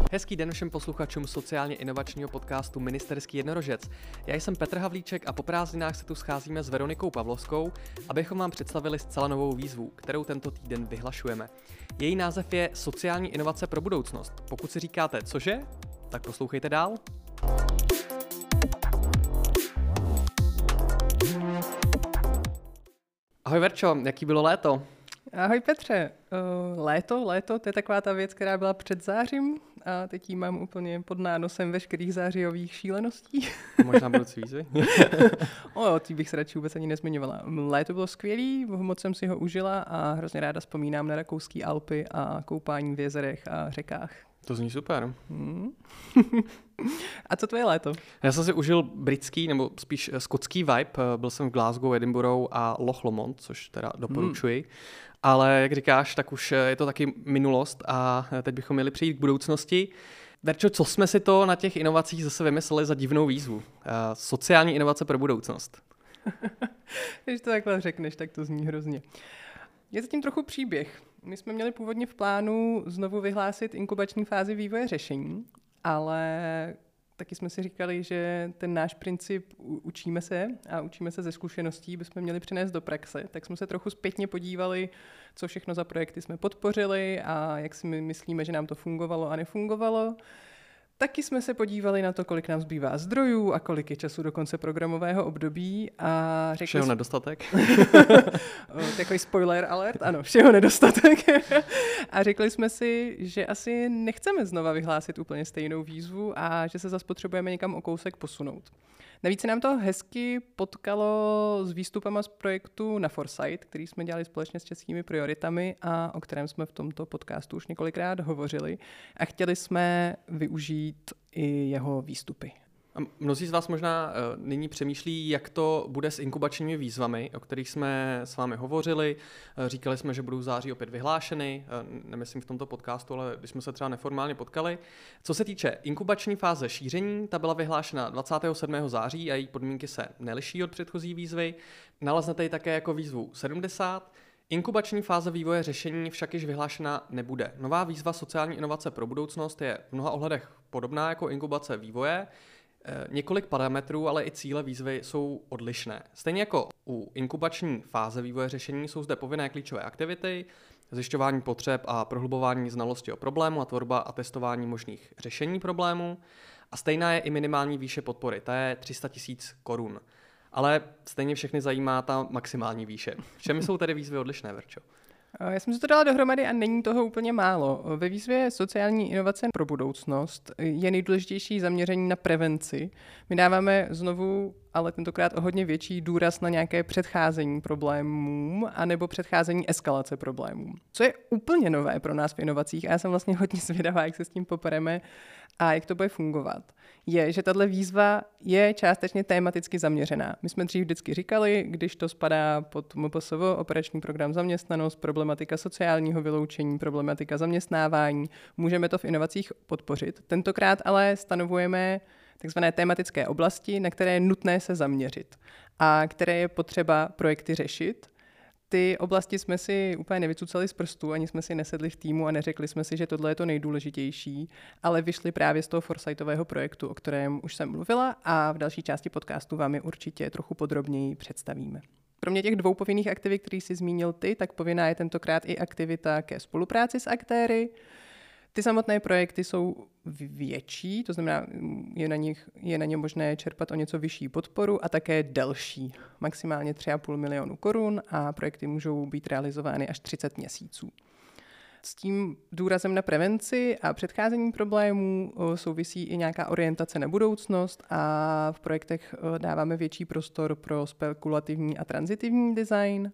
Hezký den všem posluchačům sociálně inovačního podcastu Ministerský jednorožec. Já jsem Petr Havlíček a po prázdninách se tu scházíme s Veronikou Pavlovskou, abychom vám představili zcela novou výzvu, kterou tento týden vyhlašujeme. Její název je Sociální inovace pro budoucnost. Pokud si říkáte, cože, tak poslouchejte dál. Ahoj Verčo, jaký bylo léto? Ahoj Petře, léto, to je taková ta věc, která byla před zářím a teď jí mám úplně pod nánosem veškerých zářijových šíleností. Možná budoucí výzvy. Tím bych se radši vůbec ani nezmiňovala. Léto bylo skvělý, moc jsem si ho užila a hrozně ráda vzpomínám na rakouský Alpy a koupání v jezerech a řekách. To zní super. A co tvoje léto? Já jsem si užil britský, nebo spíš skotský vibe. Byl jsem v Glasgow, Edinburghu a Loch Lomond, což teda doporučuji. Ale jak říkáš, tak už je to taky minulost a teď bychom měli přejít k budoucnosti. Verčo, co jsme si to na těch inovacích zase vymysleli za divnou výzvu? Sociální inovace pro budoucnost. Když to takhle řekneš, tak to zní hrozně. Je zatím trochu příběh. My jsme měli původně v plánu znovu vyhlásit inkubační fázi vývoje řešení, ale taky jsme si říkali, že ten náš princip učíme se ze zkušeností, bychom měli přinést do praxe, tak jsme se trochu zpětně podívali, co všechno za projekty jsme podpořili a jak si my myslíme, že nám to fungovalo a nefungovalo. Taky jsme se podívali na to, kolik nám zbývá zdrojů a kolik je času do konce programového období. A všeho nedostatek. Takový spoiler alert, ano, všeho nedostatek. A řekli jsme si, že asi nechceme znova vyhlásit úplně stejnou výzvu a že se zase potřebujeme někam o kousek posunout. Navíc se nám to hezky potkalo s výstupama z projektu na Foresight, který jsme dělali společně s českými prioritami a o kterém jsme v tomto podcastu už několikrát hovořili a chtěli jsme využít i jeho výstupy. A mnozí z vás možná nyní přemýšlí, jak to bude s inkubačními výzvami, o kterých jsme s vámi hovořili. Říkali jsme, že budou v září opět vyhlášeny, nemyslím v tomto podcastu, ale když jsme se třeba neformálně potkali. Co se týče inkubační fáze šíření, ta byla vyhlášena 27. září a její podmínky se neliší od předchozí výzvy. Naleznete ji také jako výzvu 70. Inkubační fáze vývoje řešení však již vyhlášena nebude. Nová výzva Sociální inovace pro budoucnost je v mnoha ohledech podobná jako inkubace vývoje. Několik parametrů, ale i cíle výzvy jsou odlišné. Stejně jako u inkubační fáze vývoje řešení jsou zde povinné klíčové aktivity, zjišťování potřeb a prohlubování znalosti o problému a tvorba a testování možných řešení problému. A stejná je i minimální výše podpory, ta je 300 000 korun. Ale stejně všechny zajímá ta maximální výše. V čem jsou tedy výzvy odlišné, Verčo? Já jsem si to dala dohromady a není toho úplně málo. Ve výzvě Sociální inovace pro budoucnost je nejdůležitější zaměření na prevenci. My dáváme znovu, ale tentokrát o hodně větší důraz na nějaké předcházení problémům anebo předcházení eskalace problémům. Co je úplně nové pro nás v inovacích, a já jsem vlastně hodně zvědavá, jak se s tím popereme a jak to bude fungovat, je, že tato výzva je částečně tematicky zaměřená. My jsme dřív vždycky říkali, když to spadá pod MPSV, operační program zaměstnanost, problematika sociálního vyloučení, problematika zaměstnávání, můžeme to v inovacích podpořit. Tentokrát ale stanovujeme takzvané tematické oblasti, na které je nutné se zaměřit a které je potřeba projekty řešit. Ty oblasti jsme si úplně nevycucali z prstů, ani jsme si nesedli v týmu a neřekli jsme si, že tohle je to nejdůležitější, ale vyšli právě z toho Foresightového projektu, o kterém už jsem mluvila a v další části podcastu vám je určitě trochu podrobněji představíme. Kromě těch dvou povinných aktivit, který jsi zmínil ty, tak povinná je tentokrát i aktivita ke spolupráci s aktéry. Ty samotné projekty jsou větší, to znamená, je na ně možné čerpat o něco vyšší podporu a také delší, maximálně 3,5 milionu korun a projekty můžou být realizovány až 30 měsíců. S tím důrazem na prevenci a předcházení problémů souvisí i nějaká orientace na budoucnost a v projektech dáváme větší prostor pro spekulativní a tranzitivní design.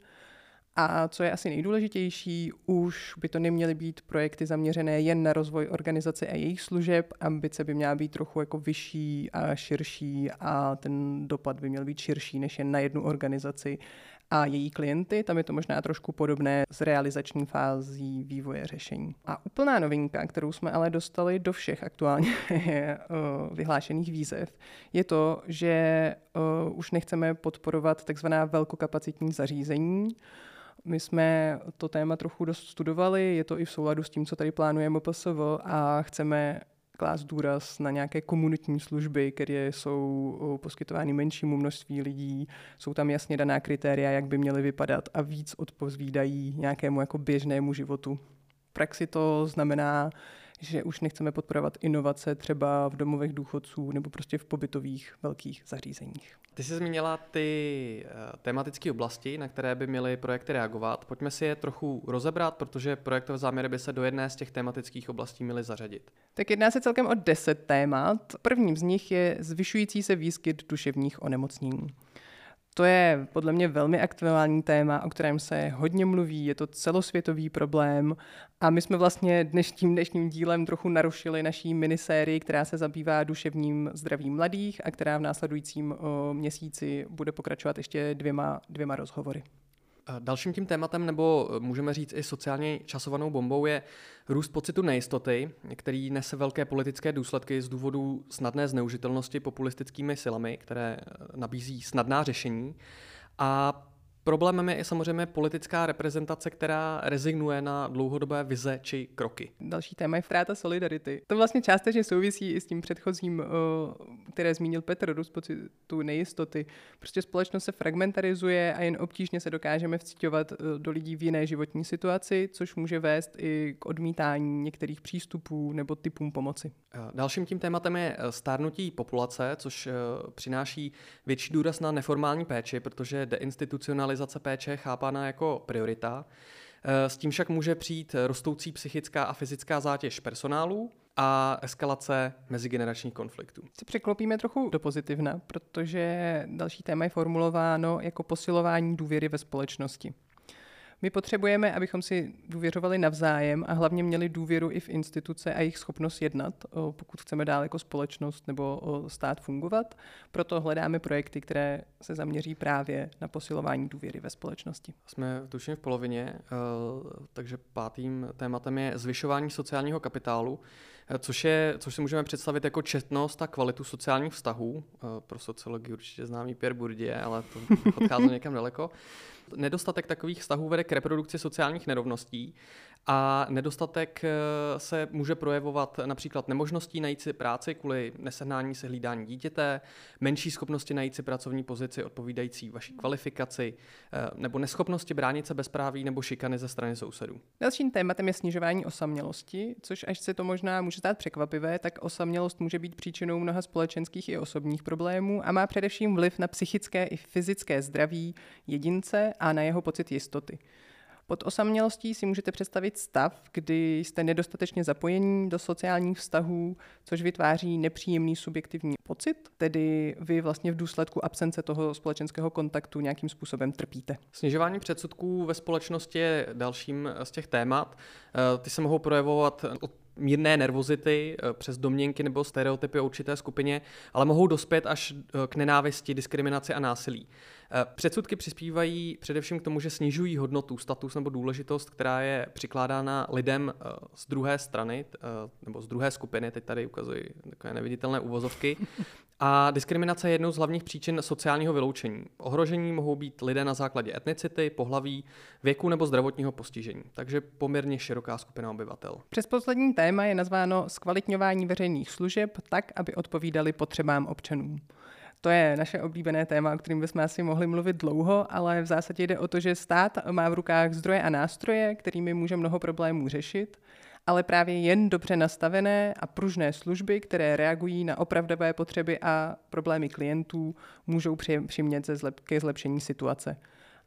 A co je asi nejdůležitější, už by to neměly být projekty zaměřené jen na rozvoj organizace a jejich služeb. Ambice by měla být trochu jako vyšší a širší a ten dopad by měl být širší než jen na jednu organizaci a její klienty. Tam je to možná trošku podobné s realizační fází vývoje řešení. A úplná novinka, kterou jsme ale dostali do všech aktuálně vyhlášených výzev, je to, že už nechceme podporovat takzvaná velkokapacitní zařízení. My jsme to téma trochu dost studovali, je to i v souladu s tím, co tady plánuje MPSV a chceme klást důraz na nějaké komunitní služby, které jsou poskytovány menšímu množství lidí, jsou tam jasně daná kritéria, jak by měly vypadat a víc odpovídají nějakému jako běžnému životu. V praxi to znamená, že už nechceme podporovat inovace třeba v domovech důchodců nebo prostě v pobytových velkých zařízeních. Ty jsi zmínila ty tematické oblasti, na které by měly projekty reagovat. Pojďme si je trochu rozebrat, protože projektové záměry by se do jedné z těch tematických oblastí měly zařadit. Tak jedná se celkem o 10 témat. Prvním z nich je zvyšující se výskyt duševních onemocnění. To je podle mě velmi aktuální téma, o kterém se hodně mluví, je to celosvětový problém a my jsme vlastně dnešním dílem trochu narušili naší minisérii, která se zabývá duševním zdravím mladých a která v následujícím měsíci bude pokračovat ještě dvěma rozhovory. Dalším tím tématem, nebo můžeme říct i sociálně časovanou bombou, je růst pocitu nejistoty, který nese velké politické důsledky z důvodu snadné zneužitelnosti populistickými silami, které nabízí snadná řešení. A problémem je i samozřejmě politická reprezentace, která rezignuje na dlouhodobé vize či kroky. Další téma je ztráta solidarity. To vlastně částečně souvisí i s tím předchozím, které zmínil Petr, růst pocitu nejistoty. Prostě společnost se fragmentarizuje a jen obtížně se dokážeme vciťovat do lidí v jiné životní situaci, což může vést i k odmítání některých přístupů nebo typům pomoci. Dalším tím tématem je stárnutí populace, což přináší větší důraz na neformální péči, protože deinstitucionalizace péče je chápána jako priorita. S tím však může přijít rostoucí psychická a fyzická zátěž personálu a eskalace mezigeneračních konfliktů. Se překlopíme trochu do pozitivna, protože další téma je formulováno jako posilování důvěry ve společnosti. My potřebujeme, abychom si důvěřovali navzájem a hlavně měli důvěru i v instituce a jejich schopnost jednat, pokud chceme dál jako společnost nebo stát fungovat. Proto hledáme projekty, které se zaměří právě na posilování důvěry ve společnosti. Jsme tuším v polovině, takže pátým tématem je zvyšování sociálního kapitálu, což si můžeme představit jako četnost a kvalitu sociálních vztahů. Pro sociologii určitě známý Pierre Bourdieu, ale to odchází někam daleko. Nedostatek takových vztahů vede k reprodukci sociálních nerovností a nedostatek se může projevovat například nemožností najít si práci kvůli nesehnání se hlídání dítěte, menší schopnosti najít si pracovní pozici odpovídající vaší kvalifikaci nebo neschopnosti bránit se bezpráví nebo šikany ze strany sousedů. Dalším tématem je snižování osamělosti, což až se to možná může stát překvapivé, tak osamělost může být příčinou mnoha společenských i osobních problémů a má především vliv na psychické i fyzické zdraví jedince a na jeho pocit jistoty. Pod osamělostí si můžete představit stav, kdy jste nedostatečně zapojení do sociálních vztahů, což vytváří nepříjemný subjektivní pocit, tedy vy vlastně v důsledku absence toho společenského kontaktu nějakým způsobem trpíte. Snižování předsudků ve společnosti je dalším z těch témat. Ty se mohou projevovat od mírné nervozity přes domněnky nebo stereotypy o určité skupině, ale mohou dospět až k nenávisti, diskriminaci a násilí. Předsudky přispívají především k tomu, že snižují hodnotu, status nebo důležitost, která je přikládána lidem z druhé strany nebo z druhé skupiny, teď tady ukazují takové neviditelné uvozovky. A diskriminace je jednou z hlavních příčin sociálního vyloučení. Ohrožení mohou být lidé na základě etnicity, pohlaví, věku nebo zdravotního postižení. Takže poměrně široká skupina obyvatel. Přes poslední téma je nazváno zkvalitňování veřejných služeb tak, aby odpovídaly potřebám občanů. To je naše oblíbené téma, o kterém bychom asi mohli mluvit dlouho, ale v zásadě jde o to, že stát má v rukách zdroje a nástroje, kterými může mnoho problémů řešit, ale právě jen dobře nastavené a pružné služby, které reagují na opravdové potřeby a problémy klientů, můžou přimět ke zlepšení situace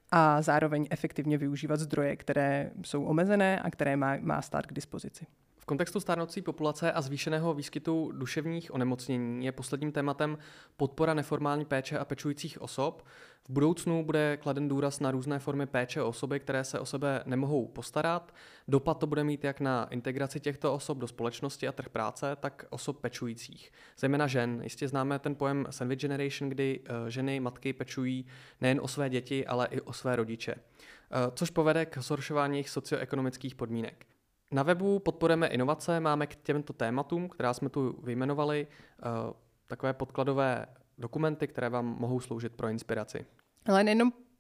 a zároveň efektivně využívat zdroje, které jsou omezené a které má stát k dispozici. V kontextu stárnoucí populace a zvýšeného výskytu duševních onemocnění je posledním tématem podpora neformální péče a pečujících osob. V budoucnu bude kladen důraz na různé formy péče o osoby, které se o sebe nemohou postarat. Dopad to bude mít jak na integraci těchto osob do společnosti a trh práce, tak osob pečujících. Zejména žen. Jistě známe ten pojem sandwich generation, kdy ženy, matky pečují nejen o své děti, ale i o své rodiče. Což povede k zhoršování jejich socioekonomických podmínek. Na webu podporujeme inovace, máme k těmto tématům, která jsme tu vyjmenovali, takové podkladové dokumenty, které vám mohou sloužit pro inspiraci. Ale nejenom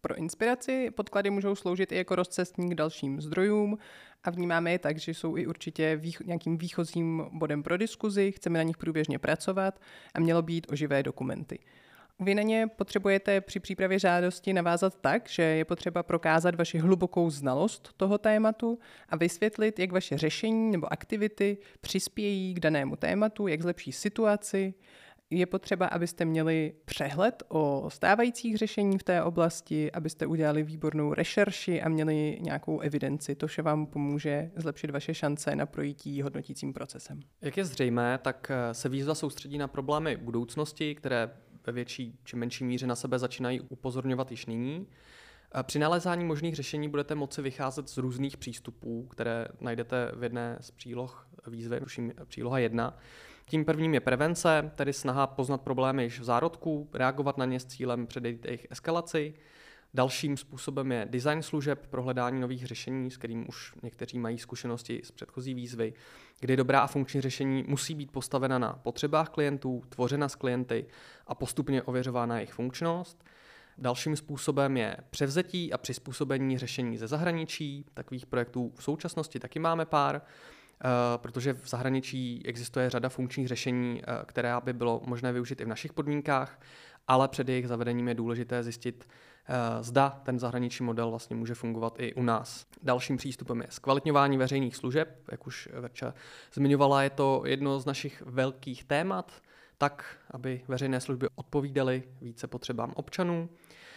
Pro inspiraci podklady můžou sloužit i jako rozcestník k dalším zdrojům a vnímáme je tak, že jsou i určitě nějakým výchozím bodem pro diskuzi, chceme na nich průběžně pracovat a mělo by jít o živé dokumenty. Vy na ně potřebujete při přípravě žádosti navázat tak, že je potřeba prokázat vaši hlubokou znalost toho tématu a vysvětlit, jak vaše řešení nebo aktivity přispějí k danému tématu, jak zlepší situaci. Je potřeba, abyste měli přehled o stávajících řešení v té oblasti, abyste udělali výbornou rešerši a měli nějakou evidenci. To vše vám pomůže zlepšit vaše šance na projití hodnotícím procesem. Jak je zřejmé, tak se výzva soustředí na problémy budoucnosti, které ve větší či menší míře na sebe začínají upozorňovat již nyní. Při nalézání možných řešení budete moci vycházet z různých přístupů, které najdete v jedné z příloh výzvy, příloha 1. Tím prvním je prevence, tedy snaha poznat problémy již v zárodku, reagovat na ně s cílem předejít jejich eskalaci. Dalším způsobem je design služeb pro hledání nových řešení, s kterým už někteří mají zkušenosti z předchozí výzvy, kdy dobrá a funkční řešení musí být postavena na potřebách klientů, tvořena s klienty a postupně ověřována jejich funkčnost. Dalším způsobem je převzetí a přizpůsobení řešení ze zahraničí. Takových projektů v současnosti taky máme pár, protože v zahraničí existuje řada funkčních řešení, která by bylo možné využít i v našich podmínkách, ale před jejich zavedením je důležité zjistit, zda ten zahraniční model vlastně může fungovat i u nás. Dalším přístupem je zkvalitňování veřejných služeb, jak už Verča zmiňovala, je to jedno z našich velkých témat, tak, aby veřejné služby odpovídaly více potřebám občanů.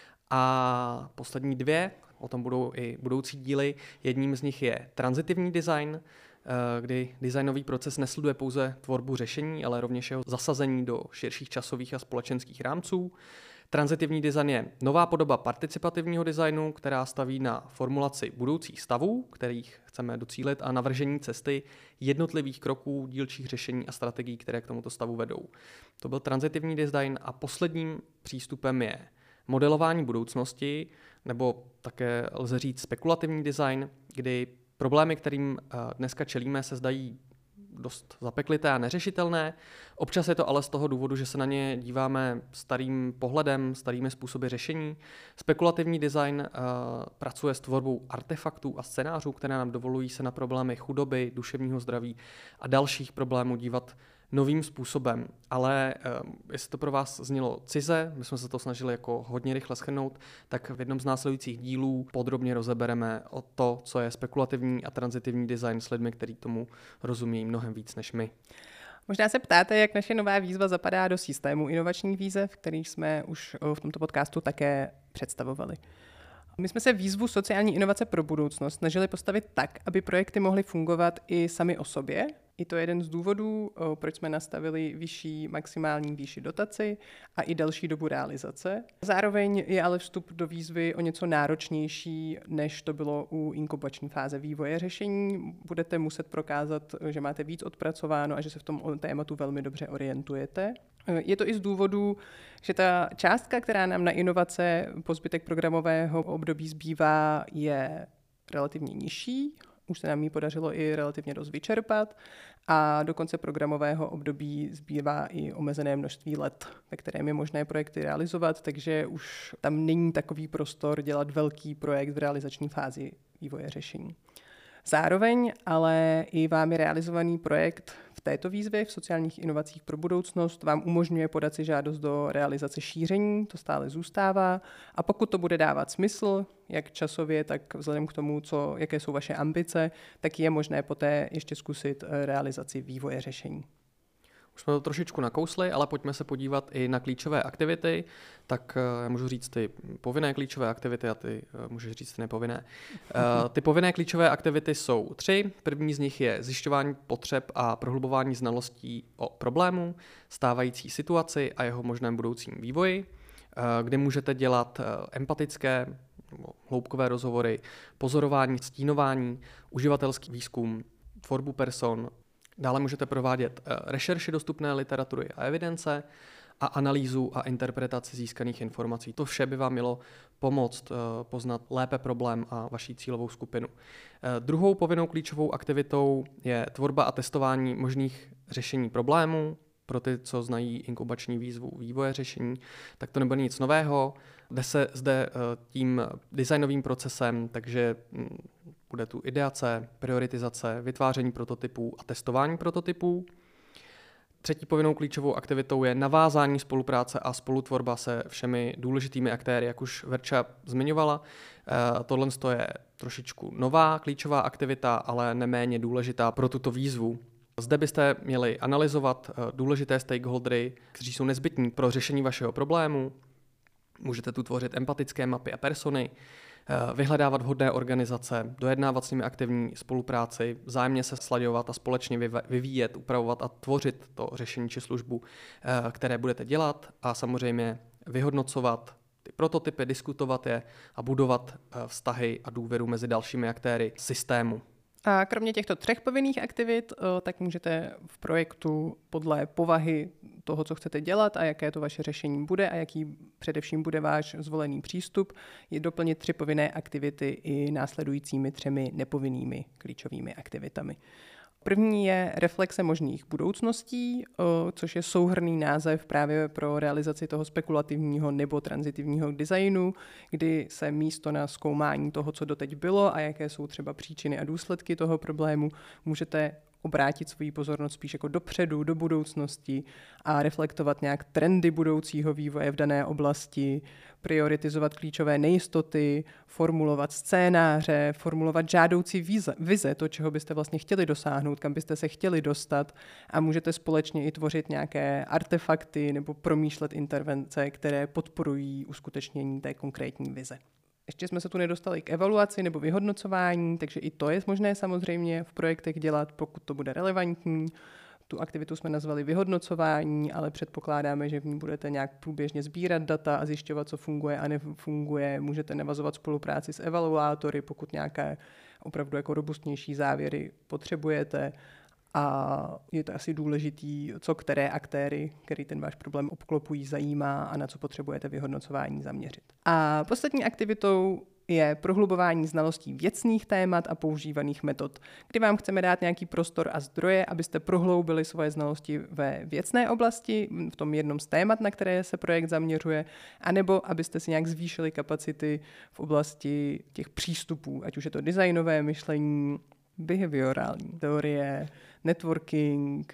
A poslední dvě, o tom budou i budoucí díly, jedním z nich je transitivní design, kdy designový proces nesleduje pouze tvorbu řešení, ale rovněž jeho zasazení do širších časových a společenských rámců. Transitivní design je nová podoba participativního designu, která staví na formulaci budoucích stavů, kterých chceme docílit, a navržení cesty jednotlivých kroků, dílčích řešení a strategií, které k tomuto stavu vedou. To byl transitivní design a posledním přístupem je modelování budoucnosti, nebo také lze říct spekulativní design, kdy problémy, kterým dneska čelíme, se zdají dost zapeklité a neřešitelné. Občas je to ale z toho důvodu, že se na ně díváme starým pohledem, starými způsoby řešení. Spekulativní design pracuje s tvorbou artefaktů a scénářů, které nám dovolují se na problémy chudoby, duševního zdraví a dalších problémů dívat novým způsobem. Ale jestli to pro vás znělo cize, my jsme se to snažili jako hodně rychle shrnout, tak v jednom z následujících dílů podrobně rozebereme o to, co je spekulativní a transitivní design s lidmi, kteří tomu rozumí mnohem víc než my. Možná se ptáte, jak naše nová výzva zapadá do systému inovačních výzev, který jsme už v tomto podcastu také představovali. My jsme se výzvu sociální inovace pro budoucnost snažili postavit tak, aby projekty mohly fungovat i sami o sobě. I to je jeden z důvodů, proč jsme nastavili vyšší maximální výši dotaci a i delší dobu realizace. Zároveň je ale vstup do výzvy o něco náročnější, než to bylo u inkubační fáze vývoje řešení. Budete muset prokázat, že máte víc odpracováno a že se v tom tématu velmi dobře orientujete. Je to i z důvodu, že ta částka, která nám na inovace po zbytek programového období zbývá, je relativně nižší. Už se nám ji podařilo i relativně dost vyčerpat a do konce programového období zbývá i omezené množství let, ve kterém je možné projekty realizovat, takže už tam není takový prostor dělat velký projekt v realizační fázi vývoje řešení. Zároveň ale i vámi realizovaný projekt v této výzvě v sociálních inovacích pro budoucnost vám umožňuje podat si žádost do realizace šíření, to stále zůstává, a pokud to bude dávat smysl, jak časově, tak vzhledem k tomu, jaké jsou vaše ambice, tak je možné poté ještě zkusit realizaci vývoje řešení. Už jsme to trošičku nakousli, ale pojďme se podívat i na klíčové aktivity. Tak já můžu říct ty povinné klíčové aktivity a ty můžeš říct ty nepovinné. Ty povinné klíčové aktivity jsou 3. První z nich je zjišťování potřeb a prohlubování znalostí o problému, stávající situaci a jeho možném budoucím vývoji, kde můžete dělat empatické, hloubkové rozhovory, pozorování, stínování, uživatelský výzkum, tvorbu person. Dále můžete provádět rešerši dostupné literatury a evidence a analýzu a interpretaci získaných informací. To vše by vám mělo pomoct poznat lépe problém a vaši cílovou skupinu. Druhou povinnou klíčovou aktivitou je tvorba a testování možných řešení problémů, pro ty, co znají inkubační výzvu vývoje řešení, tak to nebude nic nového. Jde se zde tím designovým procesem, takže bude tu ideace, prioritizace, vytváření prototypů a testování prototypů. Třetí povinnou klíčovou aktivitou je navázání spolupráce a spolutvorba se všemi důležitými aktéry, jak už Verča zmiňovala. Tohle je trošičku nová klíčová aktivita, ale neméně důležitá pro tuto výzvu. Zde byste měli analyzovat důležité stakeholdery, kteří jsou nezbytní pro řešení vašeho problému. Můžete tu tvořit empatické mapy a persony, vyhledávat vhodné organizace, dojednávat s nimi aktivní spolupráci, vzájemně se slaďovat a společně vyvíjet, upravovat a tvořit to řešení či službu, které budete dělat, a samozřejmě vyhodnocovat ty prototypy, diskutovat je a budovat vztahy a důvěru mezi dalšími aktéry systému. A kromě těchto 3 povinných aktivit, tak můžete v projektu podle povahy toho, co chcete dělat a jaké to vaše řešení bude a jaký především bude váš zvolený přístup, je doplnit 3 povinné aktivity i následujícími 3 nepovinnými klíčovými aktivitami. První je reflexe možných budoucností, což je souhrnný název právě pro realizaci toho spekulativního nebo tranzitivního designu, kdy se místo na zkoumání toho, co doteď bylo a jaké jsou třeba příčiny a důsledky toho problému, můžete obrátit svoji pozornost spíš jako dopředu, do budoucnosti a reflektovat nějak trendy budoucího vývoje v dané oblasti, prioritizovat klíčové nejistoty, formulovat scénáře, formulovat žádoucí vize, to, čeho byste vlastně chtěli dosáhnout, kam byste se chtěli dostat, a můžete společně i tvořit nějaké artefakty nebo promýšlet intervence, které podporují uskutečnění té konkrétní vize. Ještě jsme se tu nedostali k evaluaci nebo vyhodnocování, takže i to je možné samozřejmě v projektech dělat, pokud to bude relevantní. Tu aktivitu jsme nazvali vyhodnocování, ale předpokládáme, že v ní budete nějak průběžně sbírat data a zjišťovat, co funguje a nefunguje. Můžete navazovat spolupráci s evaluátory, pokud nějaké opravdu jako robustnější závěry potřebujete. A je to asi důležitý, co které aktéry, který ten váš problém obklopují, zajímá a na co potřebujete vyhodnocování zaměřit. A poslední aktivitou je prohlubování znalostí věcných témat a používaných metod, kdy vám chceme dát nějaký prostor a zdroje, abyste prohloubili svoje znalosti ve věcné oblasti, v tom jednom z témat, na které se projekt zaměřuje, anebo abyste si nějak zvýšili kapacity v oblasti těch přístupů, ať už je to designové myšlení, behaviorální teorie, networking,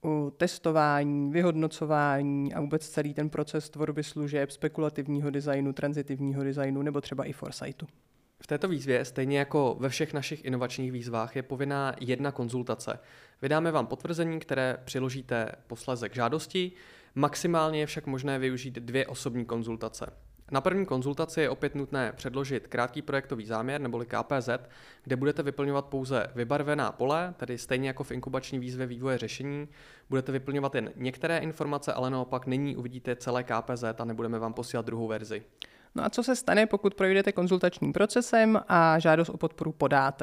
testování, vyhodnocování a vůbec celý ten proces tvorby služeb, spekulativního designu, tranzitivního designu nebo třeba i foresightu. V této výzvě, stejně jako ve všech našich inovačních výzvách, je povinná jedna konzultace. Vydáme vám potvrzení, které přiložíte posléze k žádosti. Maximálně je však možné využít 2 osobní konzultace. Na první konzultaci je opět nutné předložit krátký projektový záměr neboli KPZ, kde budete vyplňovat pouze vybarvená pole, tedy stejně jako v inkubační výzvě vývoje řešení. Budete vyplňovat jen některé informace, ale naopak nyní uvidíte celé KPZ a nebudeme vám posílat druhou verzi. No a co se stane, pokud projdete konzultačním procesem a žádost o podporu podáte?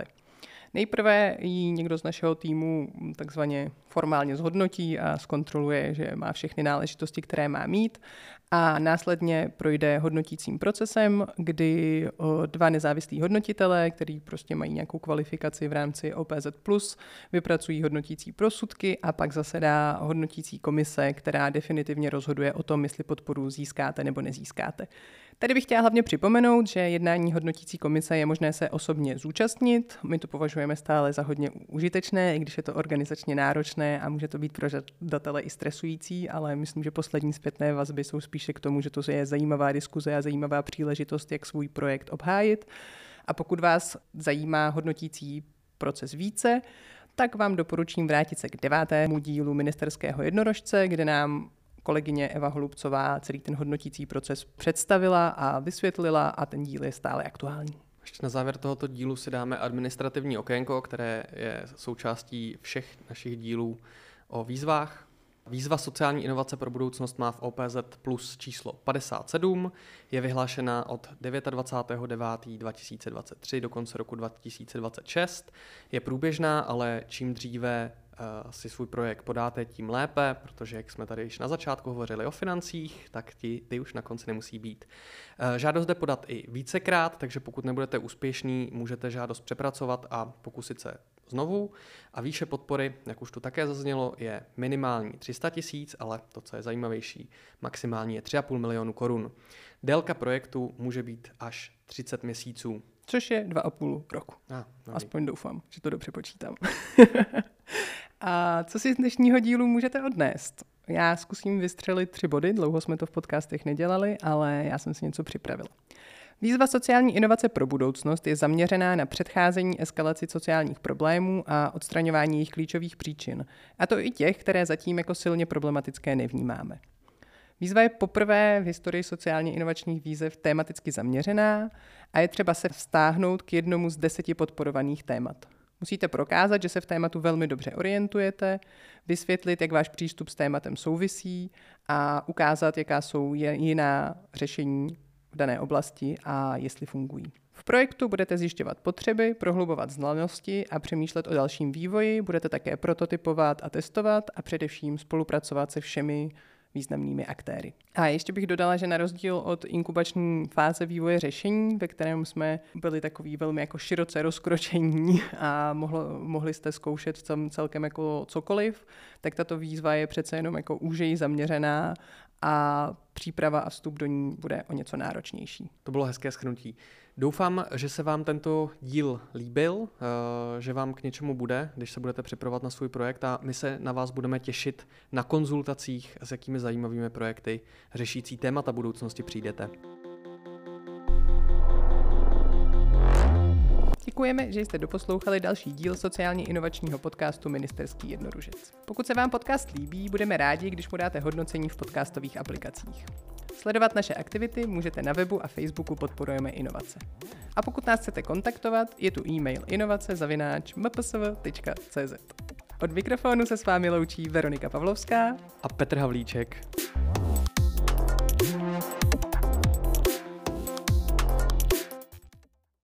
Nejprve ji někdo z našeho týmu takzvaně formálně zhodnotí a zkontroluje, že má všechny náležitosti, které má mít, a následně projde hodnotícím procesem, kdy 2 nezávislí hodnotitelé, kteří prostě mají nějakou kvalifikaci v rámci OPZ+, vypracují hodnotící prosudky a pak zasedá hodnotící komise, která definitivně rozhoduje o tom, jestli podporu získáte nebo nezískáte. Tady bych chtěla hlavně připomenout, že jednání hodnotící komise je možné se osobně zúčastnit. My to považujeme stále za hodně užitečné, i když je to organizačně náročné a může to být pro žadatele i stresující, ale myslím, že poslední zpětné vazby jsou spíše k tomu, že to je zajímavá diskuze a zajímavá příležitost, jak svůj projekt obhájit. A pokud vás zajímá hodnotící proces více, tak vám doporučím vrátit se k 9. dílu Ministerského jednorožce, kde nám kolegyně Eva Holubcová celý ten hodnotící proces představila a vysvětlila, a ten díl je stále aktuální. Ještě na závěr tohoto dílu si dáme administrativní okénko, které je součástí všech našich dílů o výzvách. Výzva sociální inovace pro budoucnost má v OPZ plus číslo 57, je vyhlášena od 29.9.2023 do konce roku 2026. Je průběžná, ale čím dříve si svůj projekt podáte, tím lépe, protože jak jsme tady již na začátku hovořili o financích, tak ty už na konci nemusí být. Žádost jde podat i vícekrát, takže pokud nebudete úspěšní, můžete žádost přepracovat a pokusit se znovu. A výše podpory, jak už tu také zaznělo, je minimální 300 000, ale to, co je zajímavější, maximální je 3,5 milionu korun. Délka projektu může být až 30 měsíců. Což je 2,5 roku. Aspoň doufám, že to dobře počítám. A co si z dnešního dílu můžete odnést? Já zkusím vystřelit 3 body, dlouho jsme to v podcastech nedělali, ale já jsem si něco připravila. Výzva sociální inovace pro budoucnost je zaměřená na předcházení eskalaci sociálních problémů a odstraňování jejich klíčových příčin, a to i těch, které zatím jako silně problematické nevnímáme. Výzva je poprvé v historii sociálně inovačních výzev tematicky zaměřená a je třeba se vztáhnout k jednomu z 10 podporovaných témat. Musíte prokázat, že se v tématu velmi dobře orientujete, vysvětlit, jak váš přístup s tématem souvisí a ukázat, jaká jsou jiná řešení v dané oblasti a jestli fungují. V projektu budete zjišťovat potřeby, prohlubovat znalosti a přemýšlet o dalším vývoji, budete také prototypovat a testovat a především spolupracovat se všemi významnými aktéry. A ještě bych dodala, že na rozdíl od inkubační fáze vývoje řešení, ve kterém jsme byli takový velmi jako široce rozkročení a mohli jste zkoušet celkem jako cokoliv, tak tato výzva je přece jenom jako úžeji zaměřená a příprava a vstup do ní bude o něco náročnější. To bylo hezké shrnutí. Doufám, že se vám tento díl líbil, že vám k něčemu bude, když se budete připravovat na svůj projekt, a my se na vás budeme těšit na konzultacích, s jakými zajímavými projekty řešící témata budoucnosti přijdete. Děkujeme, že jste doposlouchali další díl sociálně inovačního podcastu Ministerský jednoružec. Pokud se vám podcast líbí, budeme rádi, když mu dáte hodnocení v podcastových aplikacích. Sledovat naše aktivity můžete na webu a Facebooku Podporujeme inovace. A pokud nás chcete kontaktovat, je tu e-mail inovace@mpsv.cz. Od mikrofonu se s vámi loučí Veronika Pavlovská a Petr Havlíček.